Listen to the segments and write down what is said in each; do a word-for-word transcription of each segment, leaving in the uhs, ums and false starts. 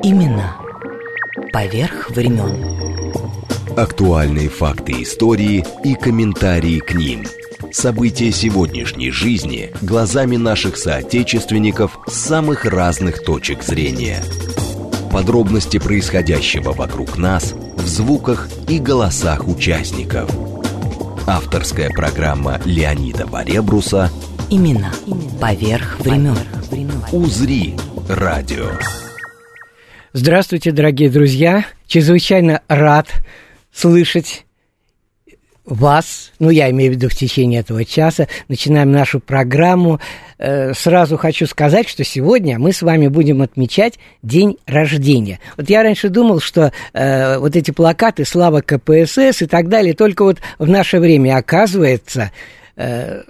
Имена поверх времен. Актуальные факты истории и комментарии к ним. События сегодняшней жизни глазами наших соотечественников с самых разных точек зрения. Подробности происходящего вокруг нас в звуках и голосах участников. Авторская программа Леонида Баребруса Имена поверх времен. «Узри радио». Здравствуйте, дорогие друзья! Чрезвычайно рад слышать вас, ну, я имею в виду в течение этого часа. Начинаем нашу программу. Сразу хочу сказать, что сегодня мы с вами будем отмечать день рождения. Вот я раньше думал, что э, вот эти плакаты «Слава ка пэ эс эс» и так далее только вот в наше время, оказывается, э,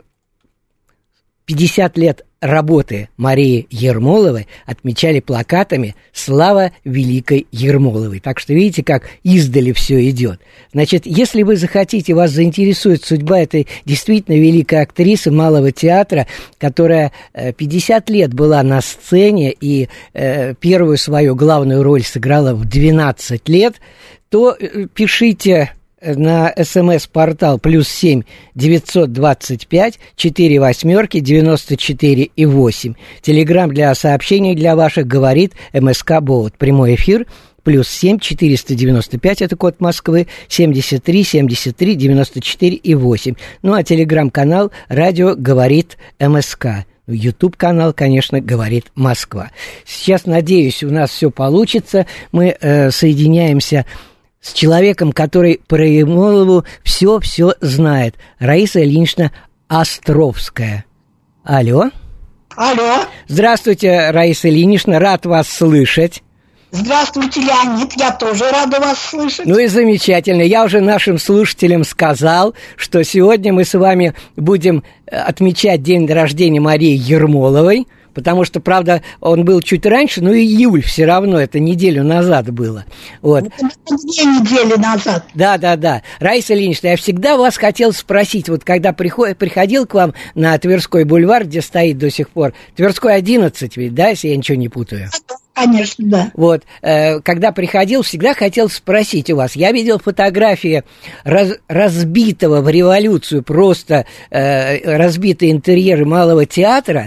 пятьдесят лет работы Марии Ермоловой отмечали плакатами «Слава Великой Ермоловой». Так что видите, как издали все идет. Значит, если вы захотите, вас заинтересует судьба этой действительно великой актрисы малого театра, которая пятьдесят лет была на сцене и э, первую свою главную роль сыграла в двенадцать лет, то пишите на СМС-портал плюс семь девятьсот двадцать пять четыре восьмерки девяносто четыре и восемь. Телеграм для сообщений для ваших говорит МСК Бот. Прямой эфир плюс семь четыреста девяносто пять, это код Москвы, семьдесят три семьдесят три девяносто четыре и восемь. Ну а телеграм-канал радио говорит МСК. Ютуб-канал, конечно, говорит Москва. Сейчас, надеюсь, у нас все получится. Мы э, соединяемся с человеком, который про Ермолову все-все знает. Раиса Ильинична Островская. Алло. Алло. Здравствуйте, Раиса Ильинична, рад вас слышать. Здравствуйте, Леонид, я тоже рада вас слышать. Ну и замечательно. Я уже нашим слушателям сказал, что сегодня мы с вами будем отмечать день рождения Марии Ермоловой. Потому что, правда, он был чуть раньше, но июль все равно, это неделю назад было. Вот. Это две недели назад. Да, да, да. Раиса Ильинична, я всегда вас хотел спросить, вот когда приход, приходил к вам на Тверской бульвар, где стоит до сих пор, Тверской одиннадцать ведь, да, если я ничего не путаю? Конечно, да. Вот, э, когда приходил, всегда хотел спросить у вас. Я видел фотографии раз, разбитого в революцию, просто э, разбитые интерьеры малого театра,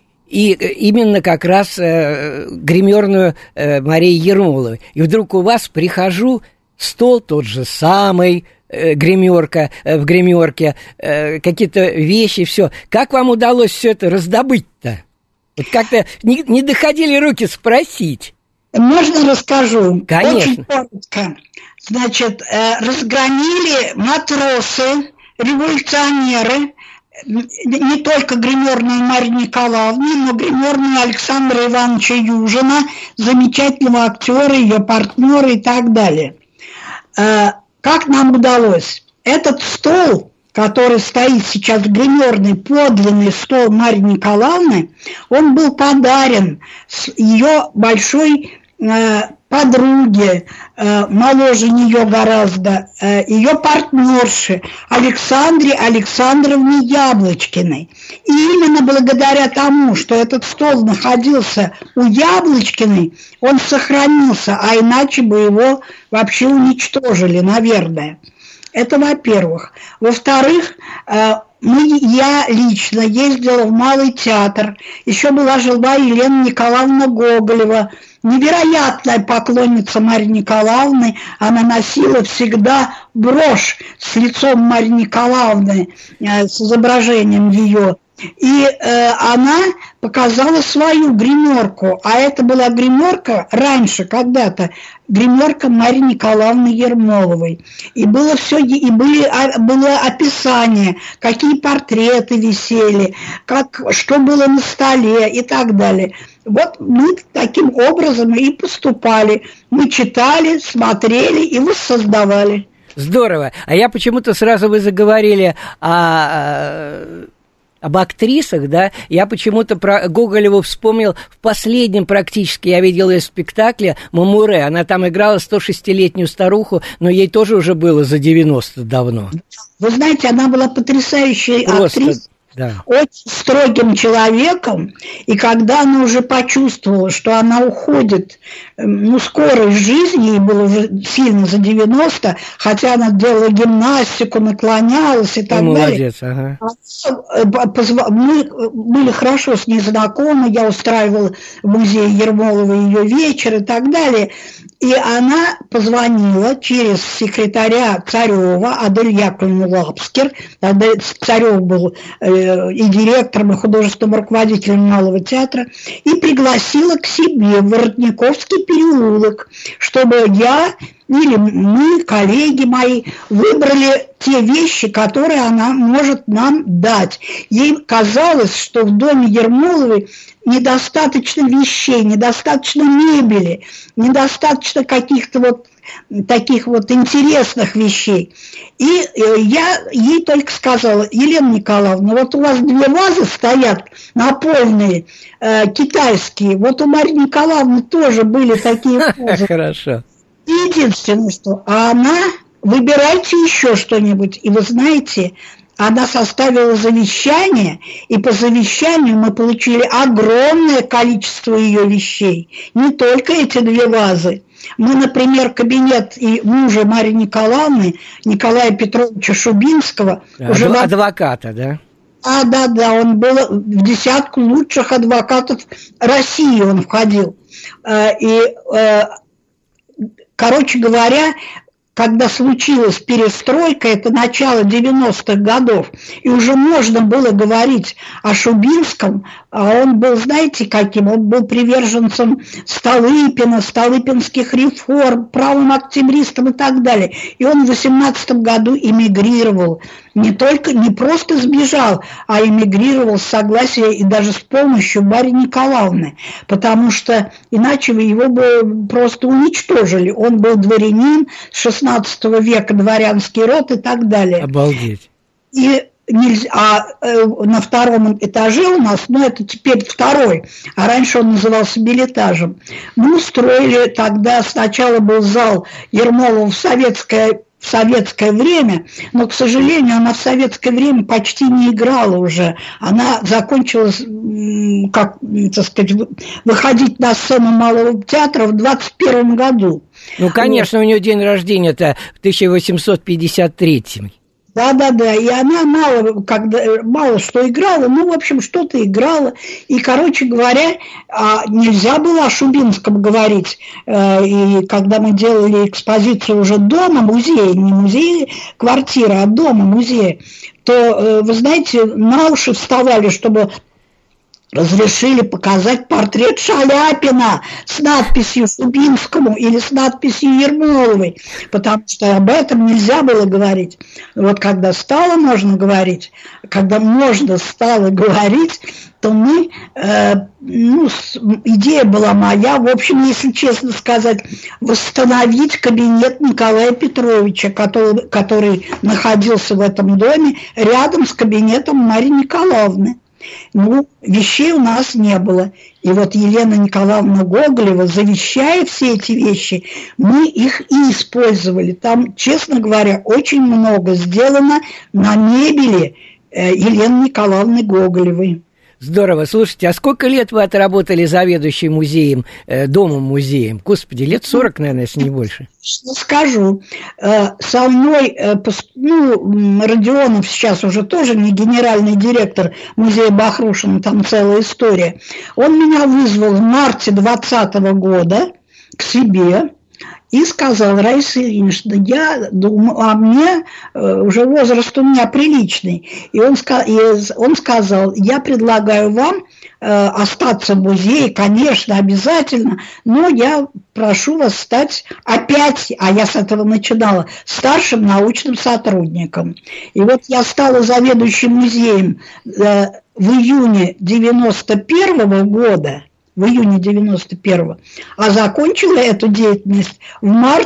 и именно как раз э, гримерную э, Марии Ермоловой. И вдруг у вас прихожу, стол тот же самый, э, гримерка, э, в гримерке, э, какие-то вещи, все. Как вам удалось все это раздобыть-то? Вот как-то не, не доходили руки спросить. Можно расскажу? Конечно. Очень коротко. Значит, э, разгромили матросы, революционеры, не только гримерную Марию Николаевну, но гримерную Александра Ивановича Южина, замечательного актера, ее партнера и так далее. Как нам удалось? Этот стол, который стоит сейчас в гримерной, подлинный стол Марии Николаевны, он был подарен ее большой подруге, моложе нее гораздо, ее партнерши Александре Александровне Яблочкиной. И именно благодаря тому, что этот стол находился у Яблочкиной, он сохранился, а иначе бы его вообще уничтожили, наверное. Это во-первых. Во-вторых, мы, я лично ездила в Малый театр, еще была жива Елена Николаевна Гоголева, невероятная поклонница Марии Николаевны, она носила всегда брошь с лицом Марии Николаевны, э, с изображением ее. И э, она показала свою гримерку, а это была гримерка раньше, когда-то, гримерка Марии Николаевны Ермоловой. И было все, и были, было описание, какие портреты висели, как, что было на столе и так далее. Вот мы таким образом и поступали. Мы читали, смотрели и воссоздавали. Здорово. А я почему-то сразу вы заговорили о... об актрисах, да, я почему-то про Гоголеву вспомнил в последнем практически, я видел ее в спектакле «Мамуре», она там играла сто шестилетнюю старуху, но ей тоже уже было за девяносто давно. Вы знаете, она была потрясающей Просто... актрисой. Да. Очень строгим человеком, и когда она уже почувствовала, что она уходит, ну, скоро из жизни, ей было уже сильно за девяносто, хотя она делала гимнастику, наклонялась и так ну, далее. Молодец, ага. Мы были хорошо с ней знакомы, я устраивала в музее Ермолова ее вечер и так далее. И она позвонила через секретаря Царева, Адель Яковлевну Лапскер. Царев был э, и директором, и художественным руководителем Малого театра, и пригласила к себе в Воротниковский переулок, чтобы я или мы, коллеги мои, выбрали те вещи, которые она может нам дать. Ей казалось, что в доме Ермоловой недостаточно вещей, недостаточно мебели, недостаточно каких-то вот таких вот интересных вещей. И я ей только сказала: Елена Николаевна, вот у вас две вазы стоят напольные, э, китайские, вот у Марии Николаевны тоже были такие вазы. Хорошо. Единственное, что а она, выбирайте еще что-нибудь. И вы знаете, она составила завещание, и по завещанию мы получили огромное количество ее вещей. Не только эти две вазы. Мы, например, кабинет и мужа Марии Николаевны, Николая Петровича Шубинского. Адв... Уже адвоката, да? А, да, да, он был в десятку лучших адвокатов России, он входил. И, короче говоря, когда случилась перестройка, это начало девяностых годов, и уже можно было говорить о Шубинском, а он был, знаете, каким? Он был приверженцем Столыпина, столыпинских реформ, правым октябристом и так далее. И он в восемнадцатом году эмигрировал. Не только, не просто сбежал, а эмигрировал с согласия и даже с помощью Марии Николаевны, потому что иначе его бы просто уничтожили. Он был дворянин, с шестнадцатого века дворянский род и так далее. Обалдеть. И нельзя, а э, на втором этаже у нас, ну это теперь второй, а раньше он назывался билетажем. Мы устроили тогда, сначала был зал Ермолова в советское в советское время, но, к сожалению, она в советское время почти не играла уже. Она закончила, как, так сказать, выходить на сцену Малого театра в двадцать первом году. Ну, конечно, вот. У нее день рождения-то в тысяча восемьсот пятьдесят третьем. Да-да-да, и она мало, когда, мало что играла, ну, в общем, что-то играла. И, короче говоря, нельзя было о Шубинском говорить. И когда мы делали экспозицию уже дома, музея, не музей, квартира, а дома, музея, то, вы знаете, на уши вставали, чтобы разрешили показать портрет Шаляпина с надписью Шубинскому или с надписью Ермоловой, потому что об этом нельзя было говорить. Вот когда стало можно говорить, когда можно стало говорить, то мы, э, ну, идея была моя, в общем, если честно сказать, восстановить кабинет Николая Петровича, который, который находился в этом доме рядом с кабинетом Марии Николаевны. Ну, вещей у нас не было. И вот Елена Николаевна Гоголева, завещая все эти вещи, мы их и использовали. Там, честно говоря, очень много сделано на мебели Елены Николаевны Гоголевой. Здорово. Слушайте, а сколько лет вы отработали заведующей музеем, э, домом-музеем? Господи, лет сорок, наверное, если не больше. Скажу. Со мной, ну, Родионов сейчас уже тоже не генеральный директор музея Бахрушина, там целая история. Он меня вызвал в марте двадцатого года к себе и сказал: Раиса Ильинична, я думаю, а мне уже возраст у меня приличный. И он, и он сказал: я предлагаю вам остаться в музее, конечно, обязательно, но я прошу вас стать опять, а я с этого начинала, старшим научным сотрудником. И вот я стала заведующим музеем в июне девяносто первого года, в июне девяносто первого, а закончила эту деятельность в марте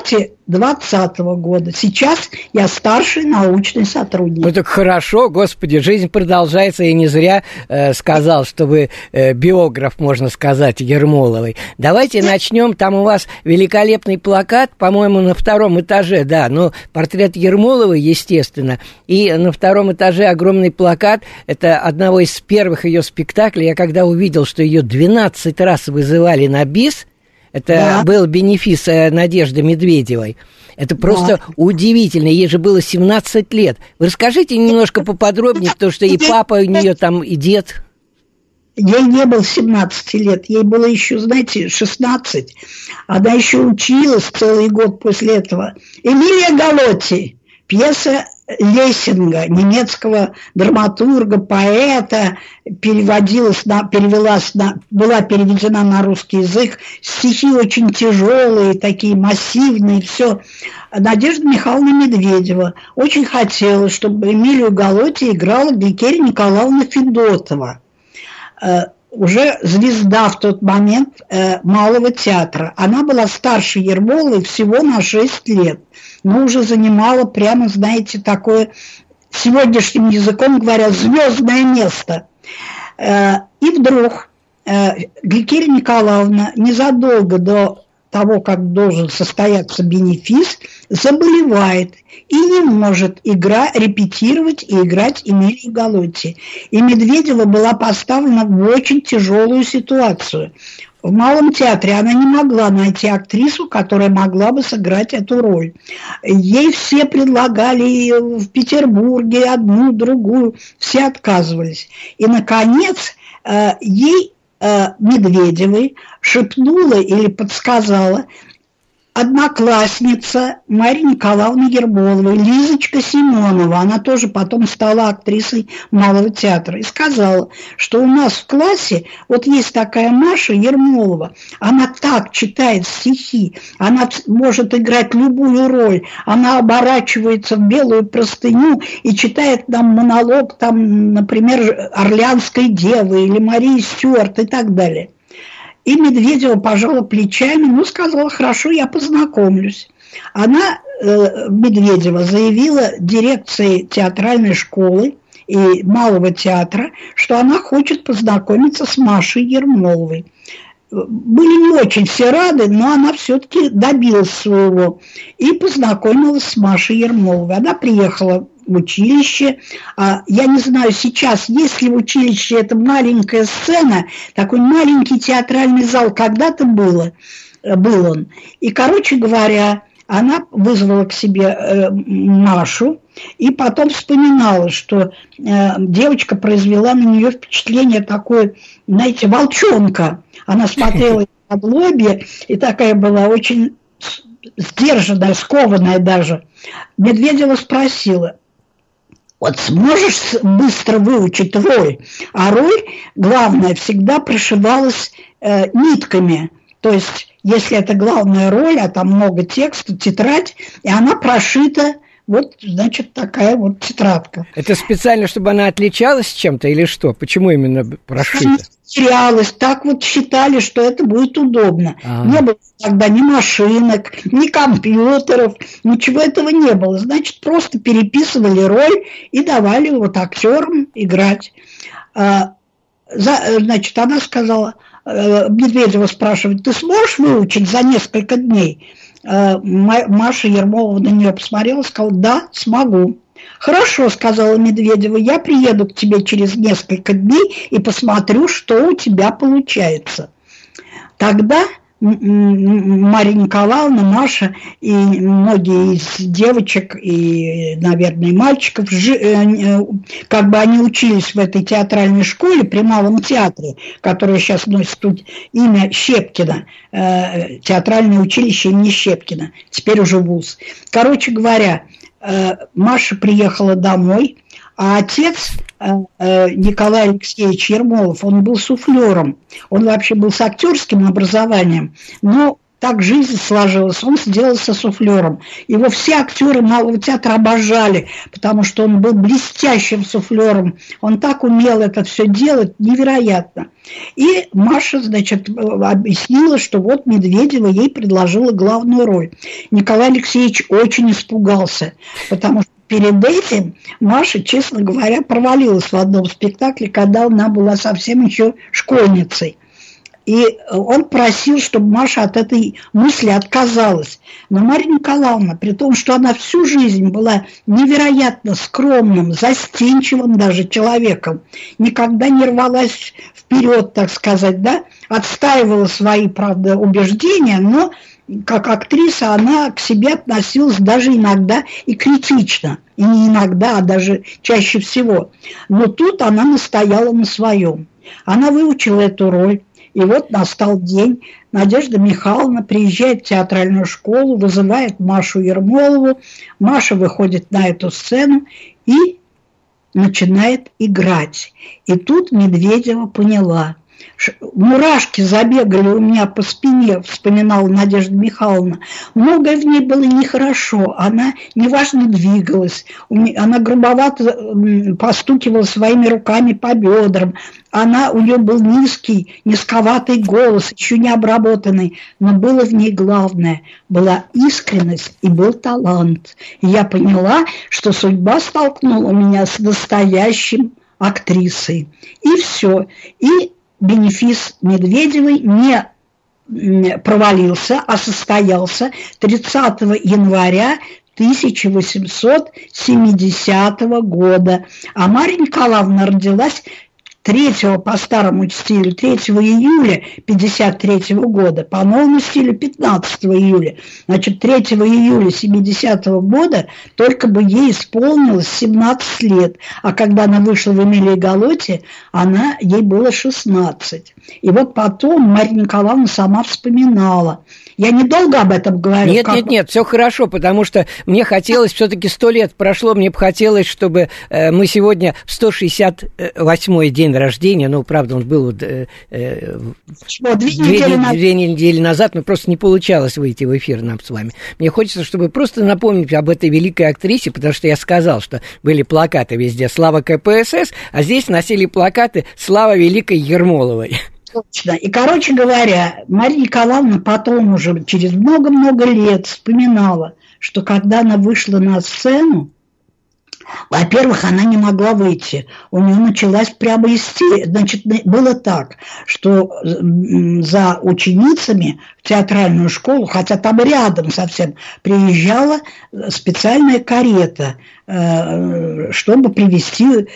двадцатого года. Сейчас я старший научный сотрудник. Ну так хорошо, господи, жизнь продолжается, и не зря э, сказал, что вы э, биограф, можно сказать, Ермоловой. Давайте начнем. Там у вас великолепный плакат, по-моему, на втором этаже, да, ну, портрет Ермоловой, естественно, и на втором этаже огромный плакат, это одного из первых ее спектаклей. Я когда увидел, что ее двенадцать раз вызывали на бис, это да. был бенефис Надежды Медведевой. Это просто да. удивительно. Ей же было семнадцать лет. Вы расскажите немножко поподробнее, потому что и папа у нее там, и дед. Ей не было семнадцать лет, ей было еще, знаете, шестнадцать. Она еще училась целый год после этого. Эмилия Галотти, пьеса Лессинга, немецкого драматурга, поэта, переводилась на, перевелась на, была переведена на русский язык. Стихи очень тяжелые, такие массивные, все. Надежда Михайловна Медведева очень хотела, чтобы Эмилию Галотти играла Гликерия Николаевна Федотова, э, уже звезда в тот момент э, Малого театра. Она была старше Ермоловой всего на шесть лет, но уже занимала прямо, знаете, такое, сегодняшним языком говоря, звездное место. Э, и вдруг э, Гликерия Николаевна незадолго до того, как должен состояться бенефис, заболевает и не может игра, репетировать и играть Эмилию Галотти. И Медведева была поставлена в очень тяжелую ситуацию. В Малом театре она не могла найти актрису, которая могла бы сыграть эту роль. Ей все предлагали в Петербурге одну, другую, все отказывались. И, наконец, ей Медведевой шепнула или подсказала одноклассница Марии Николаевны Ермоловой, Лизочка Семенова, она тоже потом стала актрисой Малого театра, и сказала, что у нас в классе вот есть такая Маша Ермолова, она так читает стихи, она может играть любую роль, она оборачивается в белую простыню и читает нам монолог, там, например, Орлеанской девы или Марии Стюарт и так далее. И Медведева пожала плечами, ну, сказала, хорошо, я познакомлюсь. Она, э, Медведева, заявила дирекции театральной школы и Малого театра, что она хочет познакомиться с Машей Ермоловой. Были не очень все рады, но она все-таки добилась своего и познакомилась с Машей Ермоловой. Она приехала в училище. Я не знаю, сейчас, есть ли в училище эта маленькая сцена, такой маленький театральный зал, когда-то было, был он. И, короче говоря, она вызвала к себе Машу и потом вспоминала, что девочка произвела на нее впечатление такое, знаете, волчонка. Она смотрела под лобья и такая была очень сдержанная, скованная даже. Медведева спросила, вот сможешь быстро выучить роль? А роль, главное, всегда прошивалась э, нитками. То есть, если это главная роль, а там много текста, тетрадь, и она прошита, вот, значит, такая вот тетрадка. Это специально, чтобы она отличалась чем-то или что? Почему именно прошита? Терялась. Так вот считали, что это будет удобно. А-а-а. Не было тогда ни машинок, ни компьютеров, ничего этого не было. Значит, просто переписывали роль и давали вот актерам играть. А, за, значит, она сказала, Медведева спрашивает, ты сможешь выучить за несколько дней? А, Маша Ермолова на нее посмотрела и сказала, да, смогу. Хорошо, сказала Медведева, я приеду к тебе через несколько дней и посмотрю, что у тебя получается. Тогда Мария Николаевна, Маша и многие из девочек и, наверное, мальчиков, как бы они учились в этой театральной школе при Малом театре, которая сейчас носит тут имя Щепкина, театральное училище имени Щепкина, теперь уже вуз. Короче говоря, Маша приехала домой, а отец Николай Алексеевич Ермолов, он был суфлером, он вообще был с актерским образованием, но так жизнь сложилась, он сделался суфлером. Его все актеры Малого театра обожали, потому что он был блестящим суфлером. Он так умел это все делать, невероятно. И Маша, значит, объяснила, что вот Медведева ей предложила главную роль. Николай Алексеевич очень испугался, потому что перед этим Маша, честно говоря, провалилась в одном спектакле, когда она была совсем еще школьницей. И он просил, чтобы Маша от этой мысли отказалась. Но Марья Николаевна, при том, что она всю жизнь была невероятно скромным, застенчивым даже человеком, никогда не рвалась вперед, так сказать, да, отстаивала свои, правда, убеждения, но как актриса она к себе относилась даже иногда и критично. И не иногда, а даже чаще всего. Но тут она настояла на своем. Она выучила эту роль. И вот настал день, Надежда Михайловна приезжает в театральную школу, вызывает Машу Ермолову, Маша выходит на эту сцену и начинает играть. И тут Медведева поняла. Мурашки забегали у меня по спине, вспоминала Надежда Михайловна. Многое в ней было нехорошо. Она неважно двигалась. Она грубовато постукивала своими руками по бедрам. Она, у нее был низкий, низковатый голос, еще не обработанный. Но было в ней главное. Была искренность и был талант. И я поняла, что судьба столкнула меня с настоящим актрисой. И все. И бенефис Медведевой не провалился, а состоялся тридцатого января тысяча восемьсот семидесятого года. А Марья Николаевна родилась третьего по старому стилю, третьего июля пятьдесят третьего года, по новому стилю пятнадцатого июля. Значит, третьего июля семидесятого года только бы ей исполнилось семнадцать лет. А когда она вышла в Эмилии Галотти, она, ей было шестнадцать. И вот потом Марья Николаевна сама вспоминала. Я недолго об этом говорю. Нет, как... нет, нет, все хорошо, потому что мне хотелось, все-таки сто лет прошло, мне бы хотелось, чтобы э, мы сегодня в сто шестьдесят восьмой день рождения, ну, правда, он был вот, э, э, Что, две, две, недели на... две недели назад, но просто не получалось выйти в эфир нам с вами. Мне хочется, чтобы просто напомнить об этой великой актрисе, потому что я сказал, что были плакаты везде «Слава КПСС», а здесь носили плакаты «Слава великой Ермоловой». Точно. И, короче говоря, Марья Николаевна потом уже через много-много лет вспоминала, что когда она вышла на сцену, во-первых, она не могла выйти. У нее началась прямо истерика. Значит, было так, что за ученицами в театральную школу, хотя там рядом совсем, приезжала специальная карета, чтобы привезти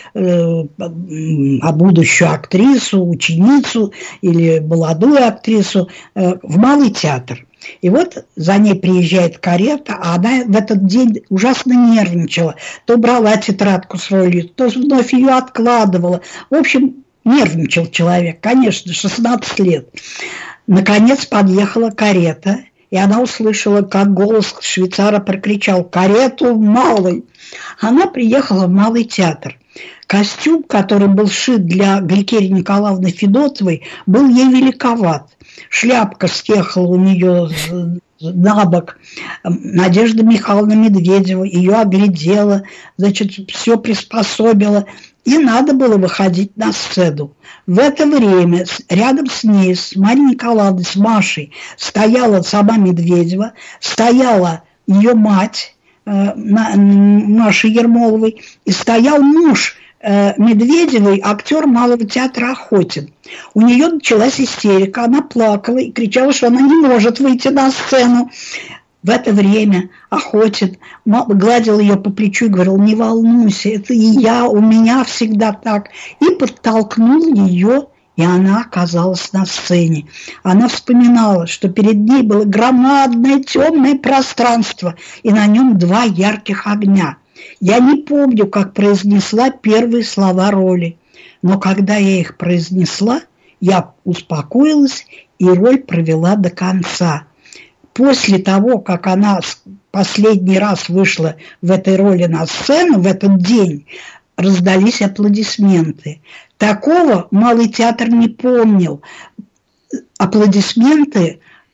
будущую актрису, ученицу или молодую актрису в Малый театр. И вот за ней приезжает карета, а она в этот день ужасно нервничала. То брала тетрадку с ролью, то вновь ее откладывала. В общем, нервничал человек, конечно, шестнадцать лет. Наконец подъехала карета, и она услышала, как голос швейцара прокричал: «Карету в Малый!» Она приехала в Малый театр. Костюм, который был сшит для Гликерии Николаевны Федотовой, был ей великоват. Шляпка съехала у нее на бок. Надежда Михайловна Медведева ее оглядела, значит, все приспособила. И надо было выходить на сцену. В это время рядом с ней, с Марьей Николаевной, с Машей, стояла сама Медведева, стояла ее мать, э, Маши Ермоловой, и стоял муж Медведевой, актер Малого театра Охотин. У нее началась истерика, она плакала и кричала, что она не может выйти на сцену. В это время Охотин гладил ее по плечу и говорил: «Не волнуйся, это и я, у меня всегда так». И подтолкнул ее, и она оказалась на сцене. Она вспоминала, что перед ней было громадное темное пространство, и на нем два ярких огня. Я не помню, как произнесла первые слова роли, но когда я их произнесла, я успокоилась и роль провела до конца. После того, как она последний раз вышла в этой роли на сцену, в этот день, раздались аплодисменты. Такого Малый театр не помнил. Аплодисменты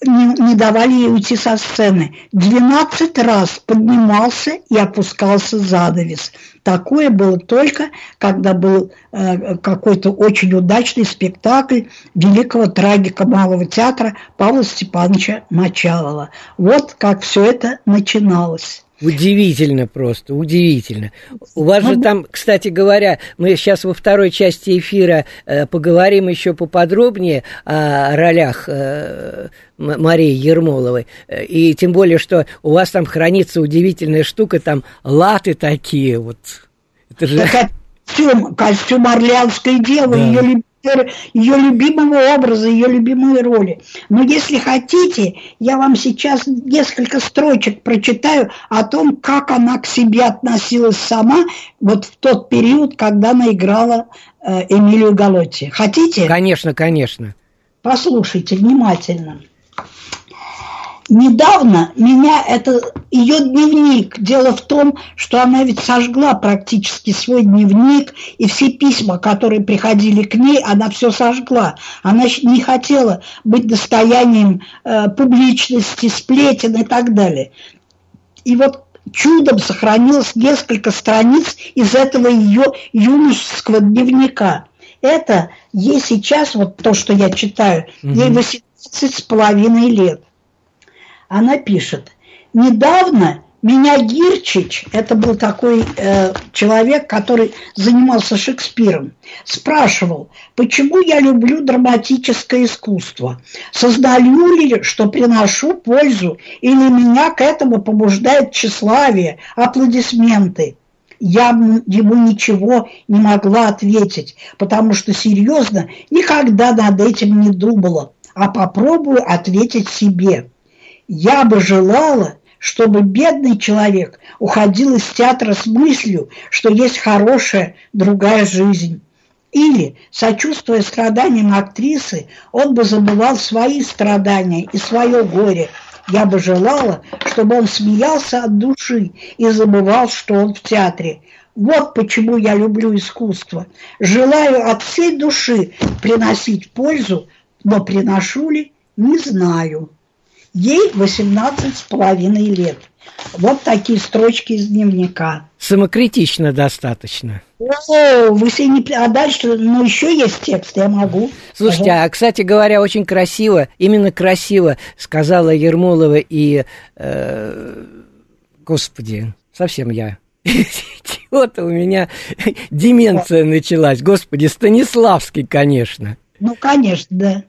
не, не давали ей уйти со сцены. двенадцать раз поднимался и опускался занавес. Такое было только, когда был э, какой-то очень удачный спектакль великого трагика Малого театра Павла Степановича Мочалова. Вот как все это начиналось. Удивительно просто, удивительно. У вас же там, кстати говоря, мы сейчас во второй части эфира э, поговорим еще поподробнее о ролях э, Марии Ермоловой. И тем более, что у вас там хранится удивительная штука, там латы такие вот. Это же... Костюм, костюм «Орлеанской девы», да. ее ее любимого образа, ее любимой роли. Но если хотите, я вам сейчас несколько строчек прочитаю о том, как она к себе относилась сама вот в тот период, когда она играла э, Эмилию Галотти. Хотите? Конечно, конечно. Послушайте внимательно. Недавно меня это ее дневник. Дело в том, что она ведь сожгла практически свой дневник, и все письма, которые приходили к ней, она все сожгла. Она не хотела быть достоянием э, публичности, сплетен и так далее. И вот чудом сохранилось несколько страниц из этого ее юношеского дневника. Это ей сейчас, вот то, что я читаю, mm-hmm. ей восемнадцать с половиной лет. Она пишет: недавно меня Гирчич, это был такой э, человек, который занимался Шекспиром, спрашивал, почему я люблю драматическое искусство, сознаю ли, что приношу пользу, или меня к этому побуждает тщеславие, аплодисменты. Я ему ничего не могла ответить, потому что серьезно никогда над этим не думала, а попробую ответить себе. Я бы желала, чтобы бедный человек уходил из театра с мыслью, что есть хорошая другая жизнь. Или, сочувствуя страданиям актрисы, он бы забывал свои страдания и свое горе. Я бы желала, чтобы он смеялся от души и забывал, что он в театре. Вот почему я люблю искусство. Желаю от всей души приносить пользу, но приношу ли, не знаю. Ей восемнадцать с половиной лет. Вот такие строчки из дневника. Самокритично достаточно. О, вы себе не... А дальше, ну, еще есть текст, я могу. Слушайте, ага. А, кстати говоря, очень красиво, именно красиво сказала Ермолова и... Э, господи, совсем я... Чего-то у меня деменция началась. Господи, Станиславский, конечно. Ну, конечно, да.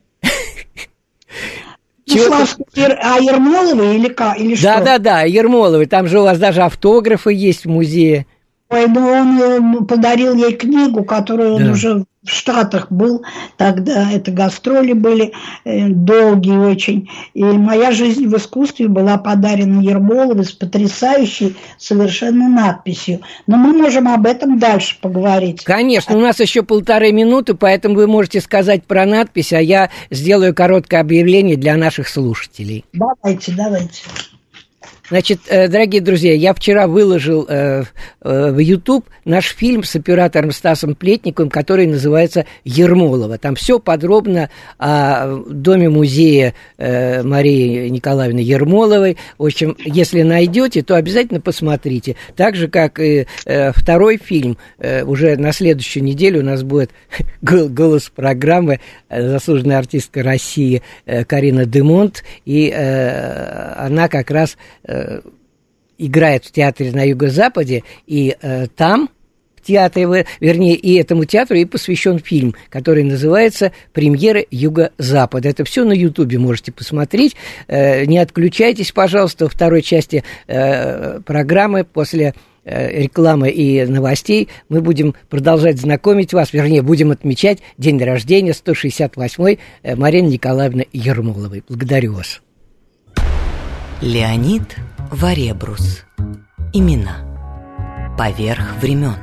Станиславский, а Ермоловой или, или что? Да-да-да, Ермоловой. Там же у вас даже автографы есть в музее. Ой, ну он подарил ей книгу, которую он да. уже в Штатах был, тогда это гастроли были э, долгие очень. И «Моя жизнь в искусстве» была подарена Ермоловой с потрясающей совершенно надписью. Но мы можем об этом дальше поговорить. Конечно, у нас еще полторы минуты, поэтому вы можете сказать про надпись, а я сделаю короткое объявление для наших слушателей. Давайте, давайте. Значит, дорогие друзья, я вчера выложил э, э, в YouTube наш фильм с оператором Стасом Плетниковым, который называется «Ермолова». Там все подробно о доме-музее э, Марии Николаевны Ермоловой. В общем, если найдете, то обязательно посмотрите. Так же, как и э, второй фильм, э, уже на следующую неделю у нас будет голос программы э, заслуженная артистка России э, Карина Демонт, и э, она как раз... играет в театре на Юго-Западе, и э, там в театре, вернее, и этому театру и посвящен фильм, который называется «Премьера Юго-Запада». Это все на Ютубе можете посмотреть. Э, не отключайтесь, пожалуйста, во второй части э, программы после э, рекламы и новостей мы будем продолжать знакомить вас, вернее, будем отмечать день рождения сто шестьдесят восьмой э, Марины Николаевны Ермоловой. Благодарю вас. Леонид Варебрус. Имена. Поверх времен.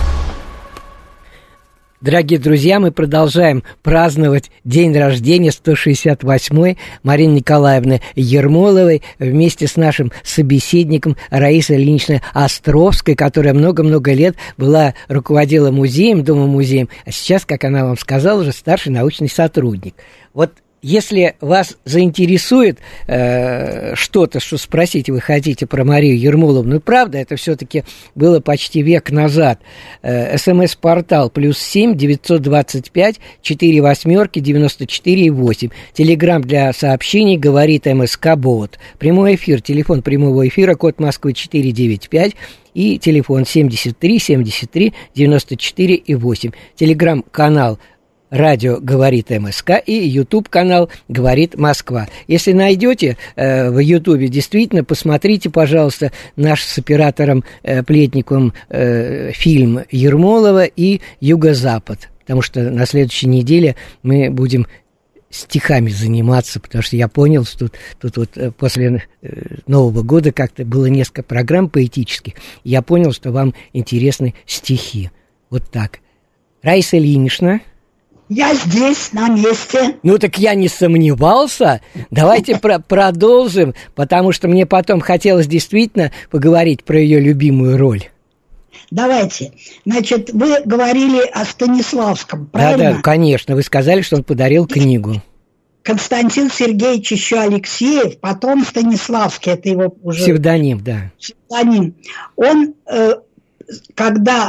Дорогие друзья, мы продолжаем праздновать день рождения сто шестьдесят восьмой Марины Николаевны Ермоловой вместе с нашим собеседником Раисой Ильиничной Островской, которая много-много лет была руководила музеем, Домом-музеем, а сейчас, как она вам сказала, уже старший научный сотрудник. Вот Если вас заинтересует э, что-то, что спросить вы хотите про Марию Ермоловну, правда, это все-таки было почти век назад. Э, СМС-портал плюс семь девятьсот двадцать пять четыре восьмерки девяносто четыре восемь. Телеграм для сообщений говорит МСК-бот. Прямой эфир, телефон прямого эфира, код Москвы четыреста девяносто пять. И телефон семьдесят три семьдесят три девяносто четыре восемь. Телеграм-канал «Радио говорит МСК» и YouTube-канал «Говорит Москва». Если найдете э, в YouTube, действительно, посмотрите, пожалуйста, наш с оператором э, Плетниковым э, фильм Ермолова и «Юго-Запад», потому что на следующей неделе мы будем стихами заниматься, потому что я понял, что тут, тут вот после э, Нового года как-то было несколько программ поэтических, я понял, что вам интересны стихи. Вот так. Раиса Ильинична. Я здесь, на месте. Ну, так я не сомневался. Давайте про- продолжим, потому что мне потом хотелось действительно поговорить про ее любимую роль. Давайте. Значит, вы говорили о Станиславском, правильно? Да-да, конечно. Вы сказали, что он подарил книгу. Константин Сергеевич еще Алексеев, потом Станиславский, это его уже... Псевдоним, да. Псевдоним. Он, э, когда...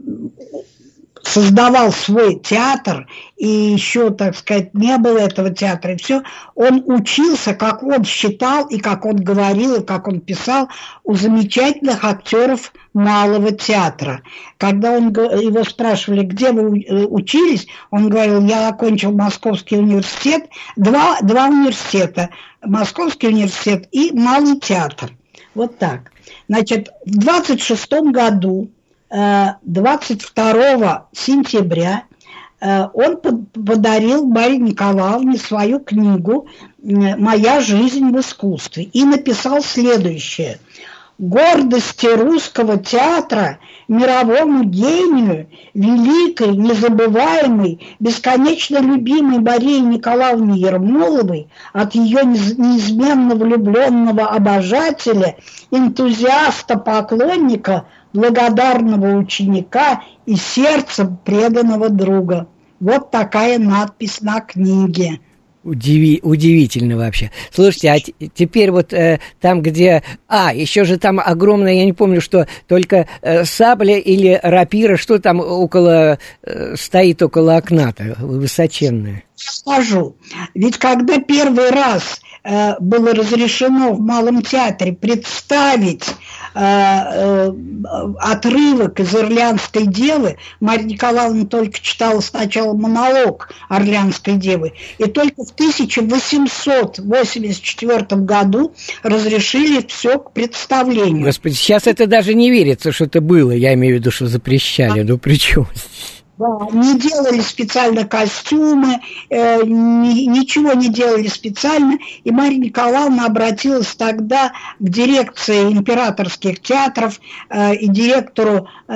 создавал свой театр, и еще, так сказать, не было этого театра, и все, он учился, как он считал, и как он говорил, и как он писал, у замечательных актеров малого театра. Когда он, его спрашивали, где вы учились, он говорил, я окончил Московский университет, два, два университета, Московский университет и малый театр. Вот так. Значит, в двадцать шестом году, двадцать второго сентября, он подарил Марии Николаевне свою книгу «Моя жизнь в искусстве» и написал следующее. «Гордости русского театра, мировому гению, великой, незабываемой, бесконечно любимой Марии Николаевне Ермоловой, от ее неизменно влюбленного обожателя, энтузиаста, поклонника, благодарного ученика и сердцем преданного друга». Вот такая надпись на книге. Удиви, удивительно вообще. Слушайте, а т- теперь вот э, там, где... А, еще же там огромное, я не помню, что только э, сабля или рапира, что там около э, стоит около окна-то, высоченное. Скажу. Ведь когда первый раз э, было разрешено в Малом театре представить э, э, отрывок из «Орлеанской девы», Марья Николаевна только читала сначала монолог «Орлеанской девы», и только в тысяча восемьсот восемьдесят четвёртом году разрешили все к представлению. Господи, сейчас это даже не верится, что это было, я имею в виду, что запрещали, ну при чем здесь? Да, не делали специально костюмы, э, ни, ничего не делали специально. И Марья Николаевна обратилась тогда к дирекции императорских театров э, и директору э,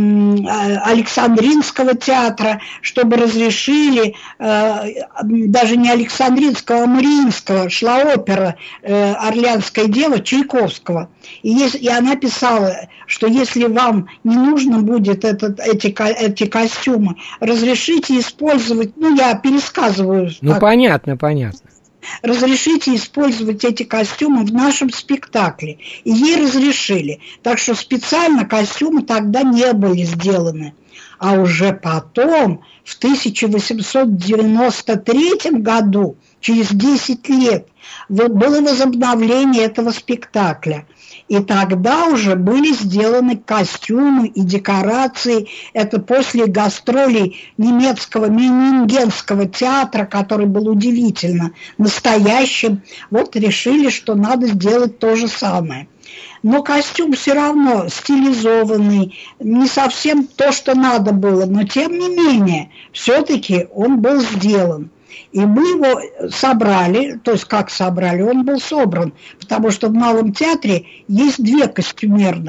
Александринского театра, чтобы разрешили, э, даже не Александринского, а Мариинского, шла опера э, «Орлеанская дева» Чайковского. И, если, и она писала, что если вам не нужно будет этот, эти, эти костюмы, разрешите использовать, ну, я пересказываю. Ну, так, понятно, понятно. Разрешите использовать эти костюмы в нашем спектакле. И ей разрешили. Так что специально костюмы тогда не были сделаны. А уже потом, в тысяча восемьсот девяносто третьем году, через десять лет, было возобновление этого спектакля. И тогда уже были сделаны костюмы и декорации. Это после гастролей немецкого Менингенского театра, который был удивительно настоящим. Вот решили, что надо сделать то же самое. Но костюм все равно стилизованный, не совсем то, что надо было. Но тем не менее, все-таки он был сделан. И мы его собрали, то есть как собрали, он был собран, потому что в Малом театре есть две костюмерных.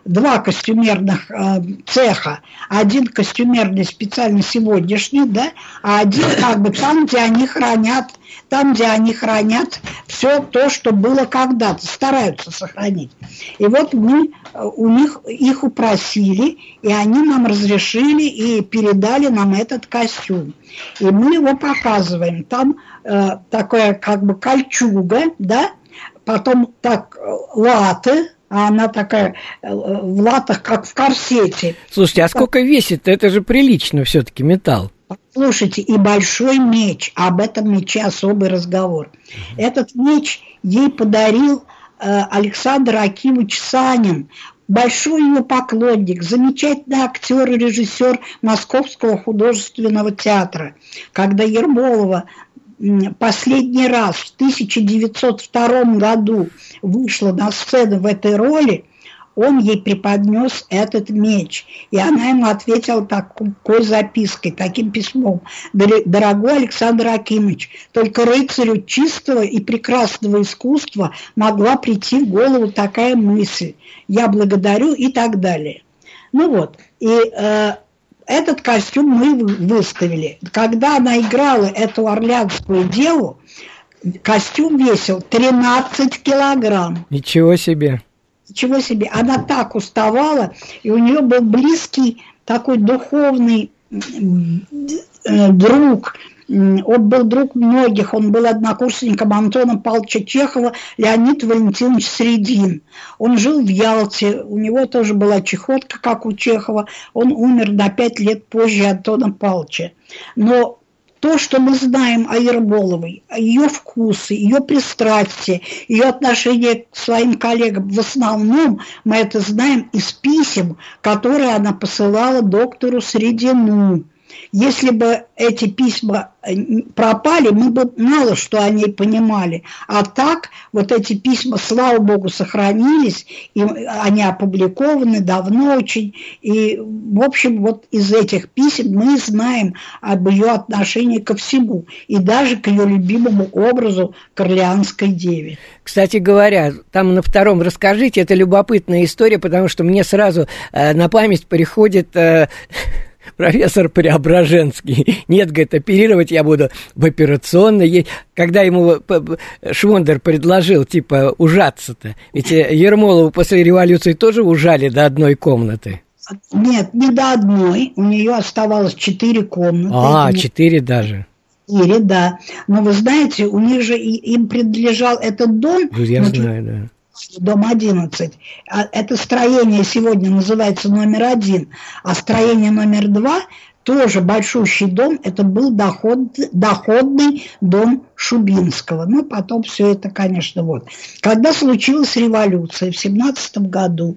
два костюмерных э, цеха. Один костюмерный специально сегодняшний, да, а один как бы там, где они хранят, там, где они хранят все то, что было когда-то, стараются сохранить. И вот мы у них их упросили, и они нам разрешили и передали нам этот костюм. И мы его показываем. Там э, такая как бы кольчуга, да, потом так латы, а она такая в латах, как в корсете. Слушайте, а сколько весит? Это же прилично все-таки металл. Слушайте, и большой меч, об этом мече особый разговор. Этот меч ей подарил э, Александр Акимович Санин, большой ее поклонник, замечательный актер и режиссер Московского художественного театра. Когда Ермолова последний раз в тысяча девятьсот втором году вышла на сцену в этой роли, он ей преподнес этот меч. И она ему ответила такой запиской, таким письмом. «Дорогой Александр Акимович, только рыцарю чистого и прекрасного искусства могла прийти в голову такая мысль. Я благодарю» и так далее. Ну вот, и э, этот костюм мы выставили. Когда она играла эту орлеанскую деву, костюм весил тринадцать килограмм. Ничего себе! Чего себе, она так уставала, и у нее был близкий такой духовный э, друг, он был друг многих, он был однокурсником Антона Павловича Чехова, Леонид Валентинович Средин. Он жил в Ялте, у него тоже была чехотка, как у Чехова, он умер на пять лет позже Антона Павловича. Но то, что мы знаем о Ермоловой, ее вкусы, ее пристрастия, ее отношение к своим коллегам, в основном мы это знаем из писем, которые она посылала доктору Средину. Если бы эти письма пропали, мы бы мало что о ней понимали. А так, вот эти письма, слава богу, сохранились, и они опубликованы давно очень. И, в общем, вот из этих писем мы знаем об ее отношении ко всему, и даже к ее любимому образу к Орлеанской деве. Кстати говоря, там на втором расскажите, это любопытная история, потому что мне сразу э, на память приходит... Э, профессор Преображенский. Нет, говорит, оперировать я буду в операционной. Когда ему Швондер предложил, типа, ужаться-то, ведь Ермолову после революции тоже ужали до одной комнаты. Нет, не до одной. У нее оставалось четыре комнаты. А, четыре даже. Четыре, да. Но вы знаете, у них же им принадлежал этот дом. Я знаю, да. Дом одиннадцать. Это строение сегодня называется номер один, а строение номер два, тоже большущий дом, это был доход, доходный дом Шубинского. Ну, потом все это, конечно, вот. Когда случилась революция в семнадцатом году,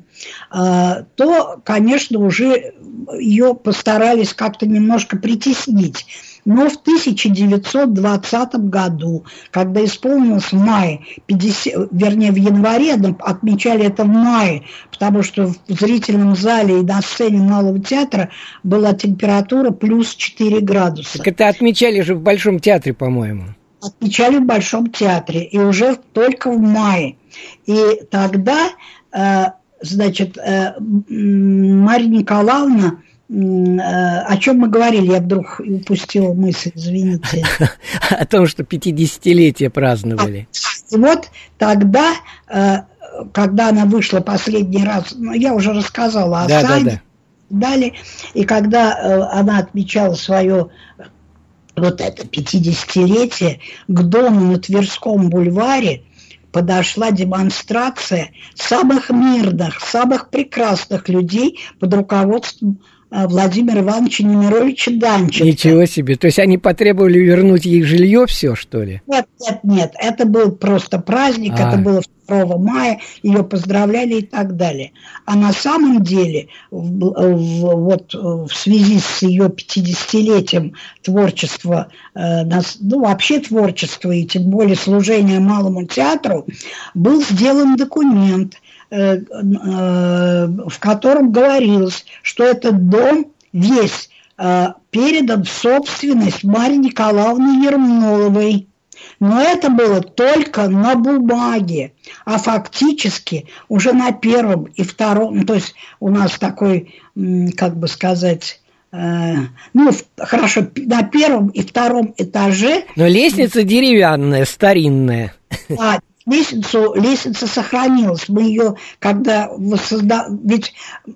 то, конечно, уже ее постарались как-то немножко притеснить. Но в тысяча девятьсот двадцатом году, когда исполнилось в мае, пятьдесят, вернее в январе, но отмечали это в мае, потому что в зрительном зале и на сцене Малого театра была температура плюс четыре градуса. Так это отмечали же в Большом театре, по-моему. Отмечали в Большом театре, и уже только в мае. И тогда, э, значит, э, Марья Николаевна, о чем мы говорили, я вдруг упустила мысль, извините. О том, что пятидесятилетие праздновали. И вот тогда, когда она вышла последний раз, я уже рассказала о да, Сане, да, да. далее, и когда она отмечала свое вот это пятидесятилетие, к дому на Тверском бульваре подошла демонстрация самых мирных, самых прекрасных людей под руководством Владимира Ивановича Немировича Данченко. Ничего себе. То есть они потребовали вернуть ей жилье, все, что ли? Нет, нет, нет. Это был просто праздник, а. это было второго мая, ее поздравляли и так далее. А на самом деле, в, в, вот в связи с ее пятидесятилетием творчества, э, ну вообще творчества и тем более служения Малому театру, был сделан документ, в котором говорилось, что этот дом весь передан в собственность Марьи Николаевны Ермоловой. Но это было только на бумаге, а фактически уже на первом и втором, то есть у нас такой, как бы сказать, э, ну, хорошо, на первом и втором этаже... Но лестница деревянная, старинная. А, лестницу, лестница сохранилась. Мы ее, когда воссоздали... Ведь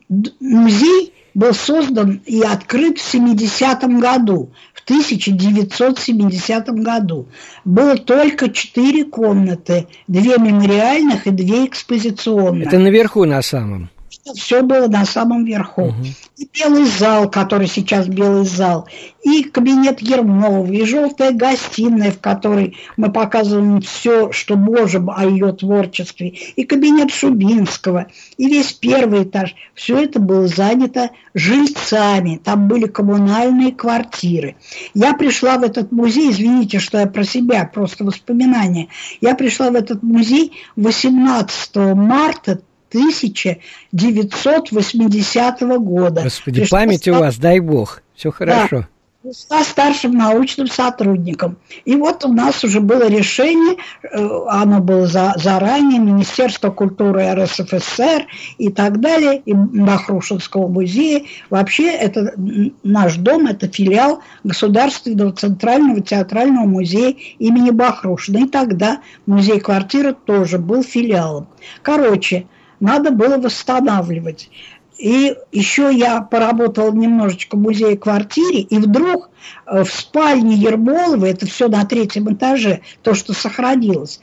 музей был создан и открыт в семидесятом году, в тысяча девятьсот семидесятом году. Было только четыре комнаты, две мемориальных и две экспозиционных. Это наверху на самом. Все было на самом верху. Угу. И белый зал, который сейчас белый зал, и кабинет Ермолова, и желтая гостиная, в которой мы показываем все, что можем о ее творчестве, и кабинет Шубинского, и весь первый этаж. Все это было занято жильцами. Там были коммунальные квартиры. Я пришла в этот музей, извините, что я про себя, просто воспоминания. Я пришла в этот музей восемнадцатого марта тысяча девятьсот восьмидесятого года. Господи, пришла память стар... у вас, дай бог, все хорошо. Да, стала старшим научным сотрудником. И вот у нас уже было решение, оно было за, заранее, Министерство культуры эр эс эф эс эр и так далее, и Бахрушинского музея. Вообще, это наш дом, это филиал Государственного центрального театрального музея имени Бахрушина. И тогда музей-квартира тоже был филиалом. Короче, надо было восстанавливать. И еще я поработала немножечко в музее-квартире, и вдруг в спальне Ермоловой, это все на третьем этаже, то, что сохранилось,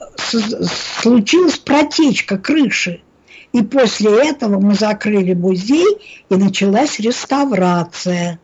случилась протечка крыши. И после этого мы закрыли музей, и началась реставрация.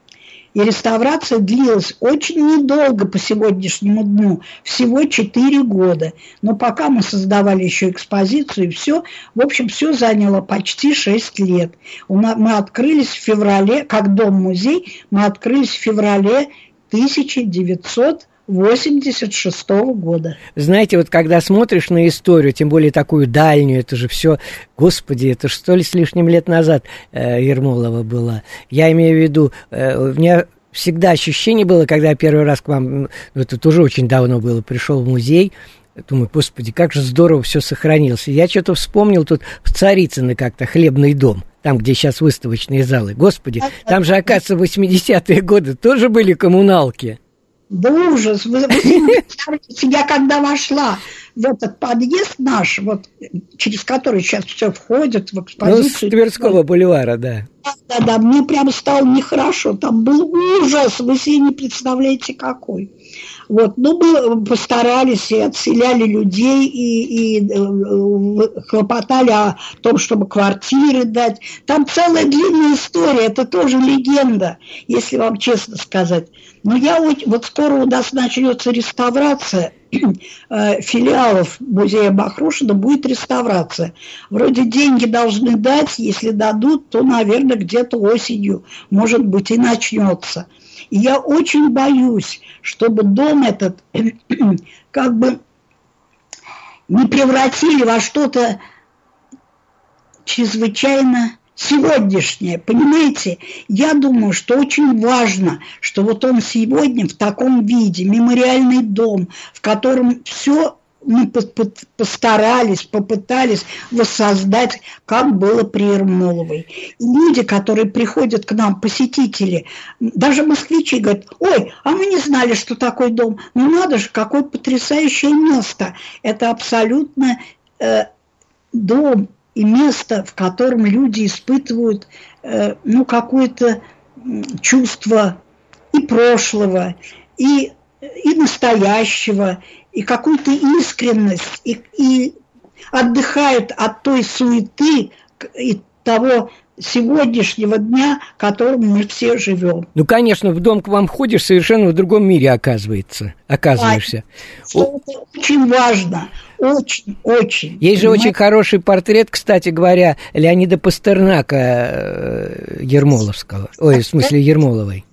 И реставрация длилась очень недолго по сегодняшнему дню, всего четыре года. Но пока мы создавали еще экспозицию и все, в общем, все заняло почти шесть лет. Мы открылись в феврале, как дом-музей, мы открылись в феврале тысяча девятьсот восемьдесят шестого года. Знаете, вот когда смотришь на историю, тем более такую дальнюю, это же все, господи, это же сто ли с лишним лет назад э, Ермолова была. Я имею в виду, э, у меня всегда ощущение было, когда я первый раз к вам, ну, это тоже очень давно было, пришел в музей, думаю, господи, как же здорово все сохранилось. Я что-то вспомнил тут в Царицыно как-то хлебный дом, там, где сейчас выставочные залы. Господи, там же, оказывается, в восьмидесятые годы тоже были коммуналки. Да ужас! Вы, вы представляете, я когда вошла в этот подъезд наш, вот, через который сейчас все входит в экспозицию... Ну, с Тверского бульвара, да. Да, да, мне прямо стало нехорошо. Там был ужас, вы себе не представляете, какой. Вот, ну, мы постарались и отселяли людей, и, и э, хлопотали о том, чтобы квартиры дать. Там целая длинная история, это тоже легенда, если вам честно сказать. Но я вот скоро у нас начнется реставрация э, филиалов музея Бахрушина, будет реставрация. Вроде деньги должны дать, если дадут, то, наверное, где-то осенью, может быть, и начнется. И я очень боюсь, чтобы дом этот как бы не превратили во что-то чрезвычайно сегодняшнее. Понимаете, я думаю, что очень важно, что вот он сегодня в таком виде, мемориальный дом, в котором все мы постарались, попытались воссоздать, как было при Ермоловой. И люди, которые приходят к нам, посетители, даже москвичи, говорят, ой, а мы не знали, что такой дом. Ну надо же, какое потрясающее место. Это абсолютно э, дом и место, в котором люди испытывают э, ну, какое-то чувство и прошлого, и, и настоящего, и какую-то искренность, и, и отдыхают от той суеты и того сегодняшнего дня, в котором мы все живем. Ну, конечно, в дом к вам ходишь, совершенно в другом мире оказывается, оказываешься. Да, это очень важно, очень, очень. Есть же очень хороший портрет, кстати говоря, Леонида Пастернака Ермоловского, ой, в смысле Ермоловой.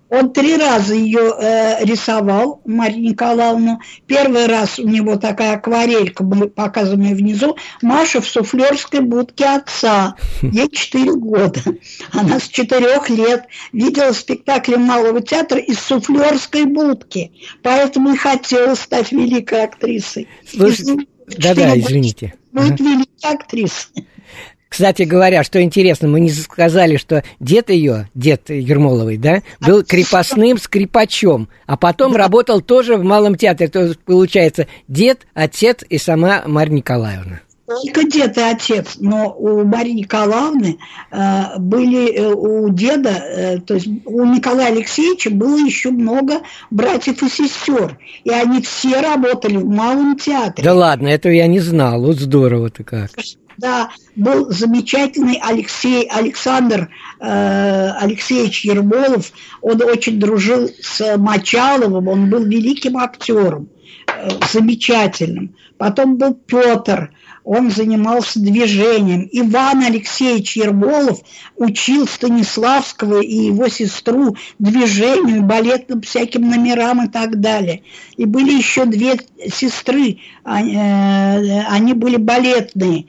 Он три раза ее э, рисовал, Марию Николаевну. Первый раз у него такая акварелька, мы показываем ее внизу. Маша в суфлерской будке отца. Ей четыре года. Она с четырех лет видела спектакли Малого театра из суфлерской будки. Поэтому и хотела стать великой актрисой. Слушайте, да-да, извините. Будет ага. великой актрисой. Кстати говоря, что интересно, мы не сказали, что дед ее, дед Ермоловой, да, был крепостным скрипачом, а потом да. работал тоже в Малом театре. То есть, получается, дед, отец и сама Марья Николаевна. Только дед и отец, но у Марии Николаевны э, были, э, у деда, э, то есть у Николая Алексеевича было еще много братьев и сестер, и они все работали в Малом театре. Да ладно, этого я не знал, вот здорово-то как. Да, был замечательный Алексей, Александр э, Алексеевич Ермолов, он очень дружил с Мочаловым, он был великим актером, э, замечательным. Потом был Петр, он занимался движением. Иван Алексеевич Ермолов учил Станиславского и его сестру движению, балетным всяким номерам и так далее. И были еще две сестры, они были балетные.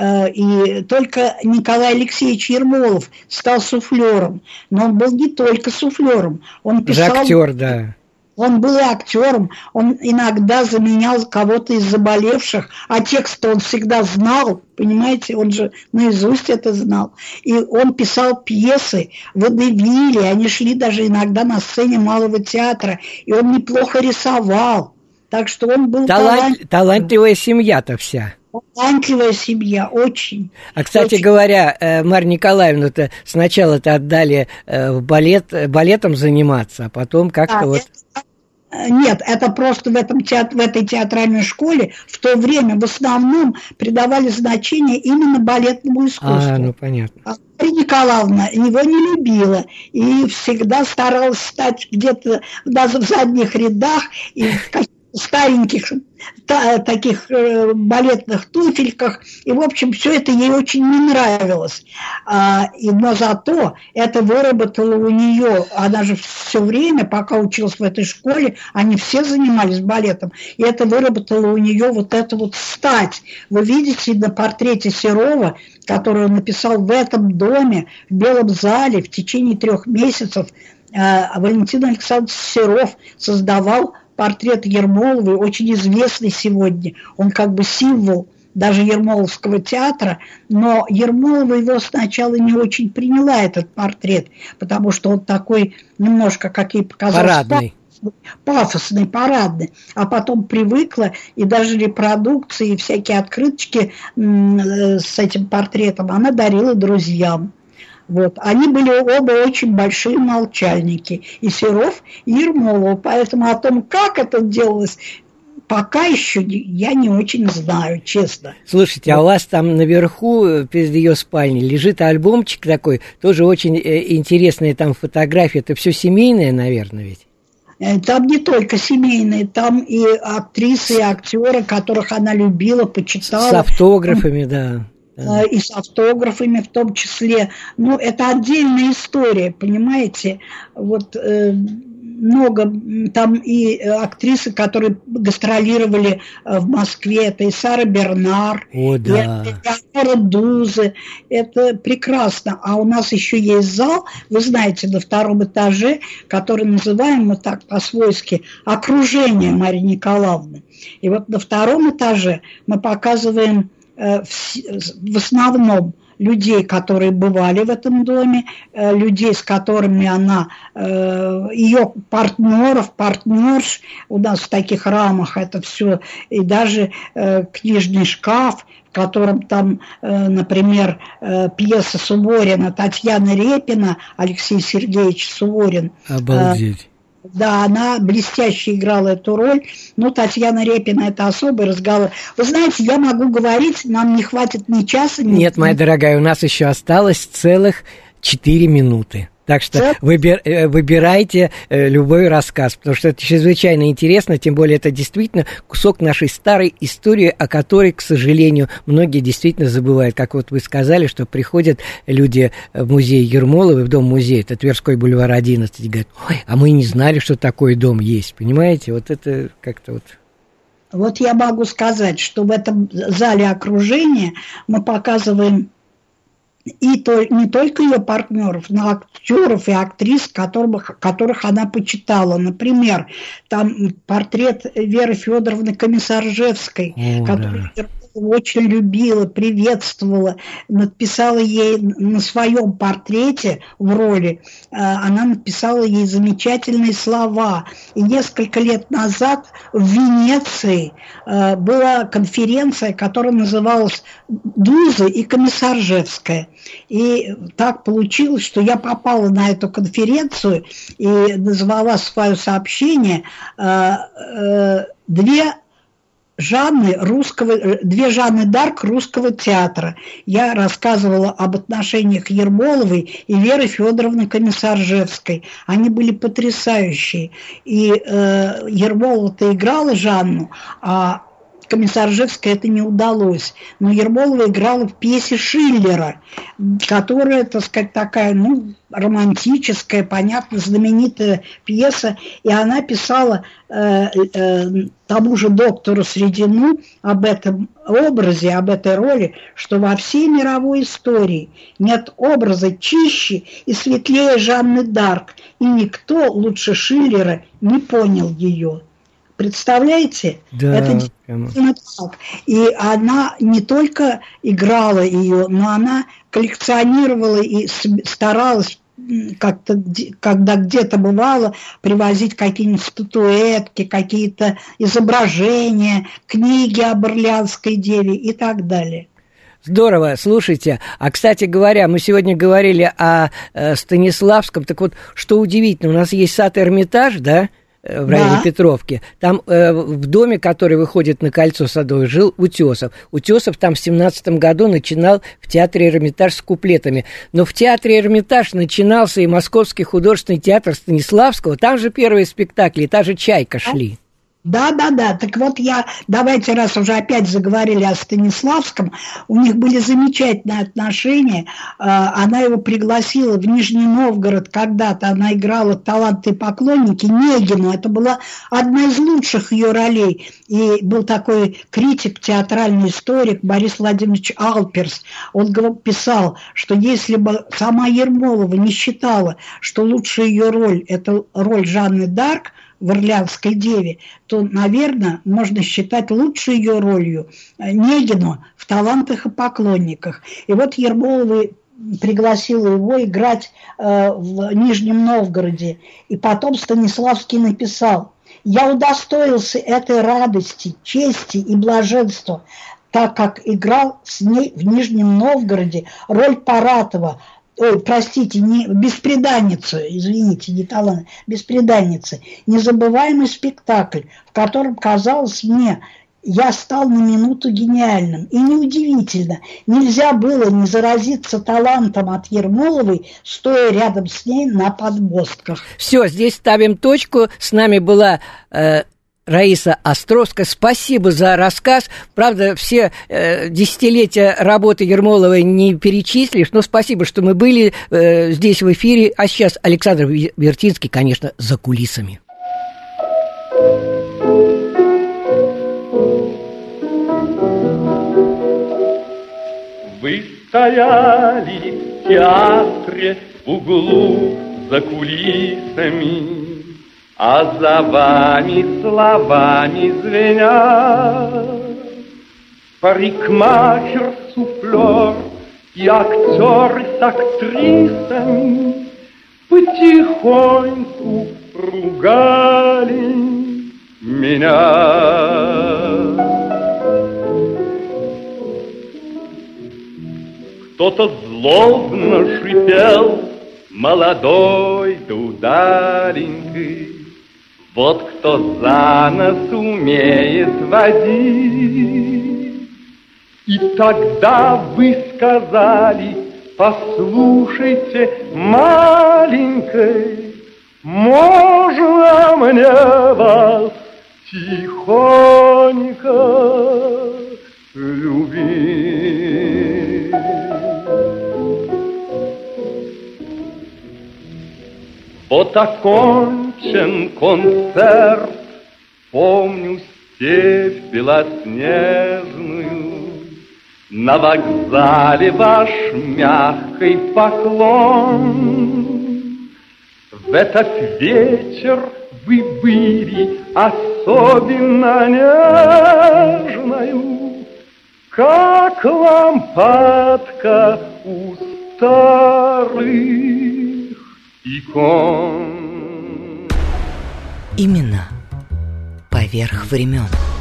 И только Николай Алексеевич Ермолов стал суфлером. Но он был не только суфлером. Он писал... Актер, да. Он был и актером, он иногда заменял кого-то из заболевших, а текст он всегда знал, понимаете, он же наизусть это знал. И он писал пьесы, водевили, они шли даже иногда на сцене Малого театра, и он неплохо рисовал. Так что он был Талант, талант... талантливая семья-то вся. Талантливая семья, очень. А, кстати очень. говоря, Марью Николаевну-то сначала-то отдали в балет, балетом заниматься, а потом как-то а, вот... Это... Нет, это просто в, этом театр, в этой театральной школе в то время в основном придавали значение именно балетному искусству. А, ну понятно. А Марья Николаевна его не любила и всегда старалась стать где-то даже в задних рядах и в каких-то стареньких та, таких э, балетных туфельках. И, в общем, все это ей очень не нравилось. А, и, но зато это выработало у нее, она же все время, пока училась в этой школе, они все занимались балетом, и это выработало у нее вот эту вот стать. Вы видите на портрете Серова, который он написал в этом доме, в Белом зале, в течение трех месяцев, э, Валентин Александрович Серов создавал портрет Ермоловой, очень известный сегодня. Он как бы символ даже Ермоловского театра, но Ермолова его сначала не очень приняла, этот портрет, потому что он такой немножко, как ей показалось, парадный. пафосный, парадный. А потом привыкла, и даже репродукции, и всякие открыточки с этим портретом она дарила друзьям. Вот. Они были оба очень большие молчальники, и Серов, и Ермолова. Поэтому о том, как это делалось, пока еще я не очень знаю, честно. Слушайте, вот. А у вас там наверху, перед ее спальней, лежит альбомчик такой, тоже очень интересные там фотографии. Это все семейное, наверное, ведь? Там не только семейные, там и актрисы, и актеры, которых она любила, почитала. С автографами, да. И с автографами в том числе. Ну, это отдельная история, понимаете? Вот э, много там и актрисы, которые гастролировали в Москве. Это и Сара Бернар, О, да. и Элеонора Дузе. Это прекрасно. А у нас еще есть зал, вы знаете, на втором этаже, который называем мы так по-свойски «Окружение» Марьи Николаевны. И вот на втором этаже мы показываем в основном людей, которые бывали в этом доме, людей, с которыми она, ее партнеров, партнерш, у нас в таких рамах это все, и даже книжный шкаф, в котором там, например, пьеса Суворина, Татьяна Репина, Алексей Сергеевич Суворин. Обалдеть. Да, она блестяще играла эту роль. Но Татьяна Репина – это особый разговор. Вы знаете, я могу говорить, нам не хватит ни часа, ни... Нет, моя дорогая, у нас еще осталось целых четыре минуты. Так что выбир, выбирайте любой рассказ, потому что это чрезвычайно интересно, тем более это действительно кусок нашей старой истории, о которой, к сожалению, многие действительно забывают. Как вот вы сказали, что приходят люди в музей Ермоловой, в дом-музей, это Тверской бульвар одиннадцать, и говорят, ой, а мы не знали, что такой дом есть, понимаете? Вот это как-то вот... Вот я могу сказать, что в этом зале окружения мы показываем и то, не только ее партнеров, но актеров и актрис, которых, которых она почитала. Например, там портрет Веры Федоровны Комиссаржевской, О, которую да. очень любила, приветствовала, написала ей на своем портрете в роли, она написала ей замечательные слова. И несколько лет назад в Венеции была конференция, которая называлась «Дуза и Комиссаржевская». И так получилось, что я попала на эту конференцию и назвала свое сообщение «Две Жанны русского, две Жанны Дарк русского театра». Я рассказывала об отношениях Ермоловой и Веры Федоровны Комиссаржевской. Они были потрясающие. И э, Ермолова-то играла Жанну, а Комиссаржевской это не удалось. Но Ермолова играла в пьесе Шиллера, которая, так сказать, такая, ну, романтическая, понятно, знаменитая пьеса. И она писала э, э, тому же доктору Средину об этом образе, об этой роли, что во всей мировой истории нет образа чище и светлее Жанны Дарк, и никто лучше Шиллера не понял ее. Представляете? Да, это действительно так. И она не только играла ее, но она коллекционировала и старалась как-то, когда где-то бывало, привозить какие-нибудь статуэтки, какие-то изображения, книги об Орлеанской деве и так далее. Здорово, слушайте. А, кстати говоря, мы сегодня говорили о э, Станиславском. Так вот, что удивительно, у нас есть сад Эрмитаж, да? В районе да. Петровки. Там э, в доме, который выходит на кольцо Садовое, жил Утесов. Утесов там в семнадцатом году начинал в театре Эрмитаж с куплетами. Но в театре Эрмитаж начинался и Московский художественный театр Станиславского. Там же первые спектакли, та же «Чайка» шли. Да, да, да. Так вот я, давайте, раз уже опять заговорили о Станиславском, у них были замечательные отношения. Она его пригласила в Нижний Новгород когда-то, она играла «Таланты и поклонники» Негину. Это была одна из лучших ее ролей. И был такой критик, театральный историк Борис Владимирович Алперс. Он писал, что если бы сама Ермолова не считала, что лучшая ее роль – это роль Жанны Дарк в «Орлеанской деве», то, наверное, можно считать лучшей ее ролью Негину в «Талантах и поклонниках». И вот Ермолова пригласила его играть э, в Нижнем Новгороде. И потом Станиславский написал: «Я удостоился этой радости, чести и блаженства, так как играл с ней в Нижнем Новгороде роль Паратова». Ой, простите, не бесприданницу, извините, не талант, бесприданницы. Незабываемый спектакль, в котором, казалось мне, я стал на минуту гениальным. И неудивительно, нельзя было не заразиться талантом от Ермоловой, стоя рядом с ней на подмостках. Все, здесь ставим точку. С нами была... Э... Раиса Островская, спасибо за рассказ. Правда, все э, десятилетия работы Ермоловой не перечислишь, но спасибо, что мы были э, здесь в эфире. А сейчас Александр Вертинский, конечно, за кулисами. Вы стояли в театре в углу за кулисами, а за вами словами звенят парикмахер, суфлер и актеры с актрисами потихоньку ругали меня. Кто-то злобно шипел, молодой да удаленький, вот кто за нос умеет водить. И тогда вы сказали Послушайте, маленькой, можно мне вас тихонько любить? Вот окончен концерт, помню степь белоснежную, на вокзале ваш мягкий поклон. В этот вечер вы были особенно нежною, как лампадка у старых икон. Имена поверх времен.